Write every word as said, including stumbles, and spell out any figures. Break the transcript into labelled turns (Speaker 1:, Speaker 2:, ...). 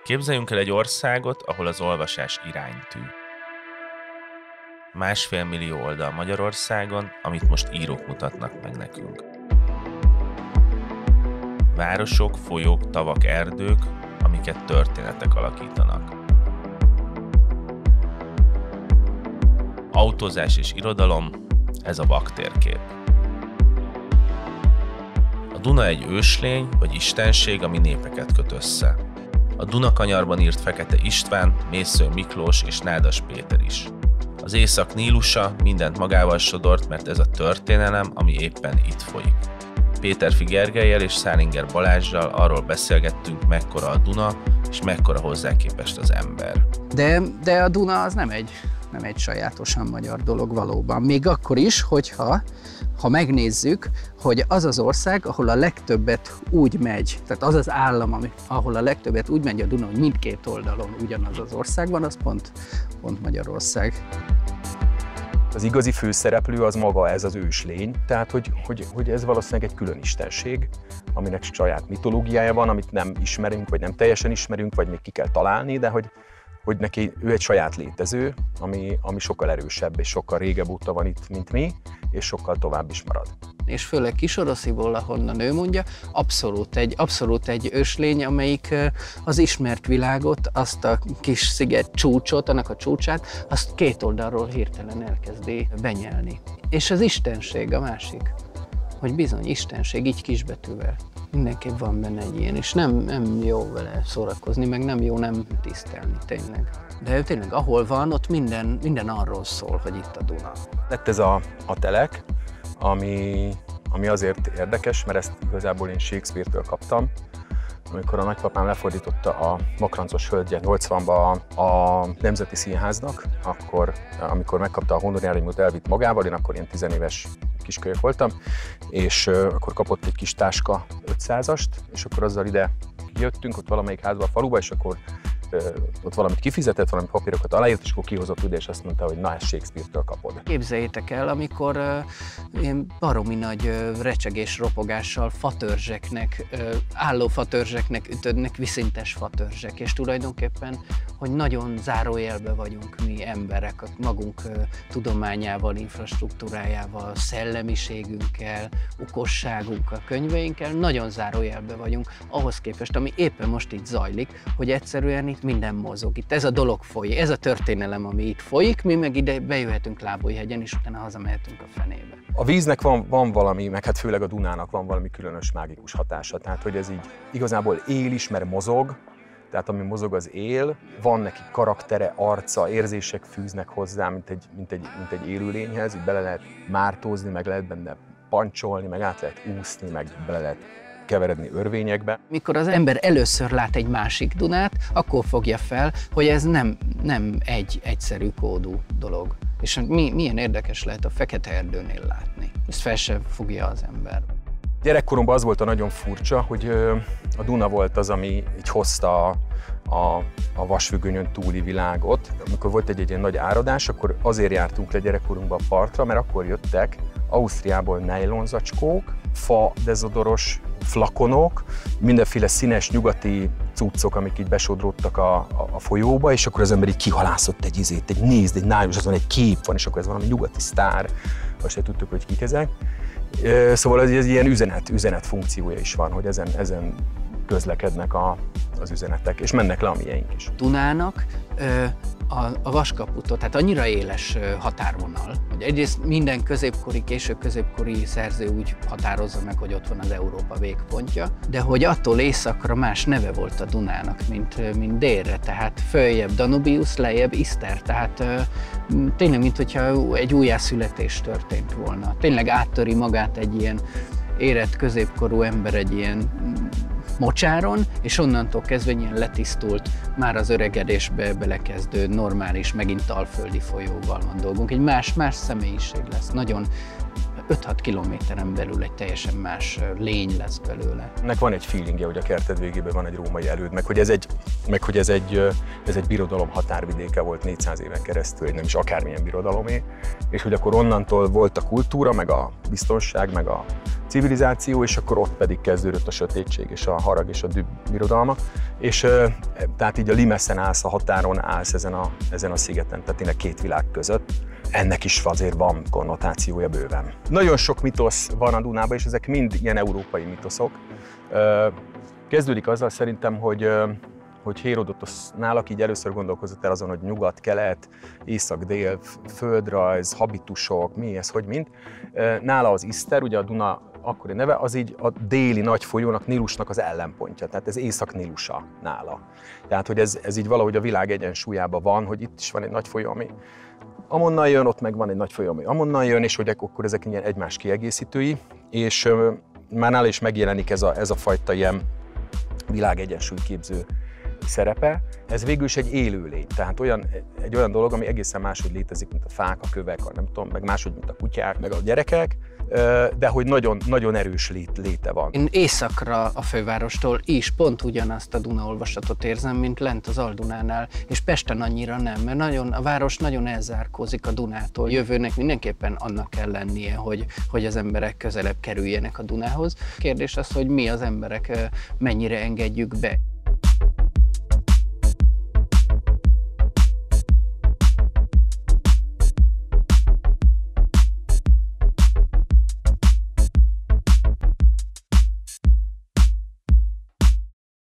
Speaker 1: Képzeljünk el egy országot, ahol az olvasás iránytű. Másfél millió oldal Magyarországon, amit most írók mutatnak meg nekünk. Városok, folyók, tavak, erdők, amiket történetek alakítanak. Autózás és irodalom, ez a baktérkép. A Duna egy őslény vagy istenség, ami népeket köt össze. A Dunakanyarban írt Fekete István, Mészöly Miklós és Nádas Péter is. Az Észak Nílusa mindent magával sodort, mert ez a történelem, ami éppen itt folyik. Péterfi Gergellyel és Szálinger Balázssal arról beszélgettünk, mekkora a Duna, és mekkora hozzá képest az ember.
Speaker 2: De, de a Duna az nem egy, nem egy sajátosan magyar dolog valóban. Még akkor is, hogyha ha megnézzük, hogy az az ország, ahol a legtöbbet úgy megy, tehát az az állam, ami, ahol a legtöbbet úgy megy a Duna, hogy mindkét oldalon ugyanaz az ország van, az pont, pont Magyarország.
Speaker 3: Az igazi főszereplő az maga ez az őslény, tehát hogy, hogy, hogy ez valószínűleg egy külön istenség, aminek saját mitológiája van, amit nem ismerünk, vagy nem teljesen ismerünk, vagy még ki kell találni, de hogy, hogy neki ő egy saját létező, ami, ami sokkal erősebb és sokkal régebb óta van itt, mint mi, és sokkal tovább is marad.
Speaker 2: És főleg Kisorosziból, ahonnan ő mondja, abszolút egy, abszolút egy őslény, amelyik az ismert világot, azt a kis sziget csúcsot, annak a csúcsát, azt két oldalról hirtelen elkezdi benyelni. És az istenség a másik, hogy bizony istenség, így kisbetűvel. Mindenképp van benne egy ilyen, és nem, nem jó vele szórakozni, meg nem jó nem tisztelni, tényleg. De tényleg, ahol van, ott minden, minden arról szól, hogy itt a Duna.
Speaker 3: Lett ez a, a telek, ami, ami azért érdekes, mert ezt igazából én Shakespeare-től kaptam. Amikor a nagypapám lefordította a Makrancos hölgyet nyolcvanban a Nemzeti Színháznak, akkor, amikor megkapta a honoráriumot, elvitt magával, én akkor ilyen tizenéves kiskölyök voltam, és uh, akkor kapott egy kis táska ötszázast, és akkor azzal ide jöttünk, ott valamelyik házba a faluba, és akkor uh, ott valamit kifizetett, valami papírokat aláírt, és akkor kihozott ide, és azt mondta, hogy na, ezt Shakespeare-től kapod.
Speaker 2: Képzeljétek el, amikor uh, ilyen baromi nagy uh, recsegés, ropogással fatörzseknek, uh, álló fatörzseknek ütödnek viszintes fatörzsek, és tulajdonképpen, hogy nagyon zárójelbe vagyunk mi emberek, a magunk uh, tudományával, infrastruktúrájával, szellemiségünkkel, okosságunkkal, könyveinkkel, nagyon zárójelbe vagyunk ahhoz képest, ami éppen most itt zajlik, hogy egyszerűen itt minden mozog. Itt ez a dolog folyik, ez a történelem, ami itt folyik, mi meg ide bejöhetünk Lábújhegyen, és utána hazamehetünk a fenébe.
Speaker 3: A víznek van, van valami, meg hát főleg a Dunának van valami különös mágikus hatása, tehát hogy ez így igazából él is, mert mozog, tehát ami mozog az él, van neki karaktere, arca, érzések fűznek hozzá, mint egy, mint egy, mint egy élőlényhez, így bele lehet mártózni, meg lehet benne pancsolni, meg át lehet úszni, meg bele lehet keveredni örvényekbe.
Speaker 2: Mikor az ember először lát egy másik Dunát, akkor fogja fel, hogy ez nem, nem egy egyszerű kódú dolog. És mi, milyen érdekes lehet a Fekete-erdőnél látni. Ezt fel sem fogja az ember.
Speaker 3: Gyerekkoromban az volt a nagyon furcsa, hogy a Duna volt az, ami így hozta a, a, a vasfüggönyön túli világot. Amikor volt egy, egy ilyen nagy áradás, akkor azért jártunk le gyerekkorunkban a partra, mert akkor jöttek Ausztriából nejlonzacskók, fa dezodoros flakonok, mindenféle színes nyugati cuccok, amik így besodródtak a, a, a folyóba, és akkor az ember így kihalászott egy izét, egy nézd, egy nájus, azon egy kép van, és akkor ez valami nyugati sztár, azt se tudtuk, hogy kik ezek. Szóval ez, ez ilyen üzenet, üzenet funkciója is van, hogy ezen, ezen közlekednek a, az üzenetek, és mennek le a miénk is.
Speaker 2: Dunának ö, a, a Vaskaputól, tehát annyira éles ö, határvonal, hogy egyrészt minden középkori, később középkori szerző úgy határozza meg, hogy ott van az Európa végpontja, de hogy attól északra más neve volt a Dunának, mint, mint délre, tehát följebb Danubius, lejjebb Iszter, tehát ö, tényleg, mint hogyha egy újjászületés történt volna. Tényleg áttöri magát egy ilyen érett középkorú ember egy ilyen mocsáron, és onnantól kezdve ilyen letisztult, már az öregedésbe belekezdő, normális, megint alföldi folyóval van dolgunk. Egy más, más személyiség lesz. Nagyon öt-hat kilométeren belül egy teljesen más lény lesz belőle.
Speaker 3: Ennek van egy feelingje, hogy a kerted végében van egy római erőd, meg hogy ez egy, meg hogy ez egy, ez egy birodalom határvidéke volt négyszáz éven keresztül, nem is akármilyen birodalomé, és hogy akkor onnantól volt a kultúra, meg a biztonság, meg a civilizáció, és akkor ott pedig kezdődött a sötétség, és a harag, és a düh birodalma. És tehát így a Limeszen állsz, a határon állsz ezen a, ezen a szigeten, tehát tényleg két világ között. Ennek is azért van konnotációja bőven. Nagyon sok mitosz van a Dunában, és ezek mind ilyen európai mitoszok. Kezdődik azzal szerintem, hogy, hogy Hérodotosz nálak így először gondolkozott el azon, hogy nyugat, kelet, észak, dél, földrajz, habitusok, mi ez, hogy mind. Nála az Iszter, ugye a Duna akkori neve, az így a déli nagy folyónak, Nílusnak az ellenpontja, tehát ez Észak-Nílusa nála. Tehát, hogy ez, ez így valahogy a világ egyensúlyában van, hogy itt is van egy nagy folyó, ami amonnan jön, ott meg van egy nagy folyó, ami amonnan jön, és hogy akkor ezek ilyen egymás kiegészítői, és uh, már nála is megjelenik ez a, ez a fajta ilyen világ egyensúlyképző szerepe. Ez végül is egy élőlény, tehát olyan, egy olyan dolog, ami egészen máshogy létezik, mint a fák, a kövek, a nem tudom, meg máshogy, mint a kutyák, meg a gyerekek, de hogy nagyon, nagyon erős lét, léte van.
Speaker 2: Én északra a fővárostól is pont ugyanazt a Duna olvasatot érzem, mint lent az Aldunánál, és Pesten annyira nem, mert nagyon, a város nagyon elzárkózik a Dunától. Jövőnek mindenképpen annak kell lennie, hogy, hogy az emberek közelebb kerüljenek a Dunához. Kérdés az, hogy mi az emberek mennyire engedjük be.